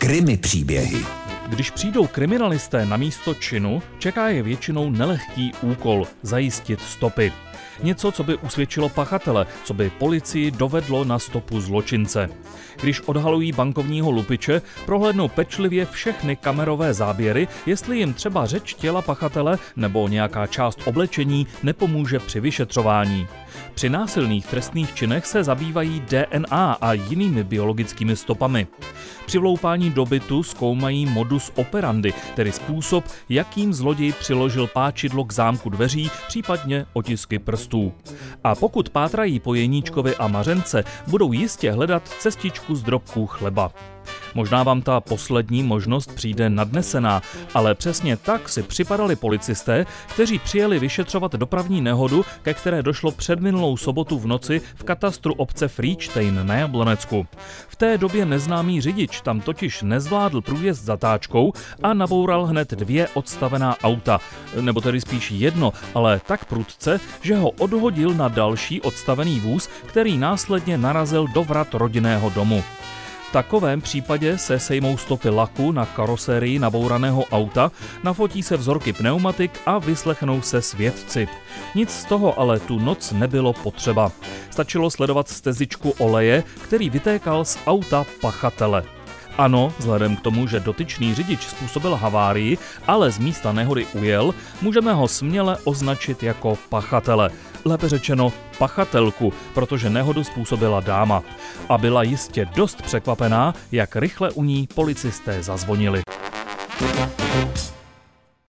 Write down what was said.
Krimi příběhy. Když přijdou kriminalisté na místo činu, čeká je většinou nelehký úkol – zajistit stopy. Něco, co by usvědčilo pachatele, co by policii dovedlo na stopu zločince. Když odhalují bankovního lupiče, prohlédnou pečlivě všechny kamerové záběry, jestli jim třeba řeč těla pachatele nebo nějaká část oblečení nepomůže při vyšetřování. Při násilných trestných činech se zabývají DNA a jinými biologickými stopami. Při vloupání do bytu zkoumají modus operandi, tedy způsob, jakým zloděj přiložil páčidlo k zámku dveří, případně otisky prstů. A pokud pátrají po Jeníčkovi a Mařence, budou jistě hledat cestičku z drobků chleba. Možná vám ta poslední možnost přijde nadnesená, ale přesně tak si připadali policisté, kteří přijeli vyšetřovat dopravní nehodu, ke které došlo předminulou sobotu v noci v katastru obce Frýčtejn na Jablonecku. V té době neznámý řidič tam totiž nezvládl průjezd zatáčkou a naboural hned 2 odstavená auta, nebo tedy spíš jedno, ale tak prudce, že ho odhodil na další odstavený vůz, který následně narazil do vrat rodinného domu. V takovém případě se sejmou stopy laku na karosérii nabouraného auta, nafotí se vzorky pneumatik a vyslechnou se svědci. Nic z toho ale tu noc nebylo potřeba. Stačilo sledovat stezičku oleje, který vytékal z auta pachatele. Ano, vzhledem k tomu, že dotyčný řidič způsobil havárii, ale z místa nehody ujel, můžeme ho směle označit jako pachatele. Lépe řečeno pachatelku, protože nehodu způsobila dáma. A byla jistě dost překvapená, jak rychle u ní policisté zazvonili.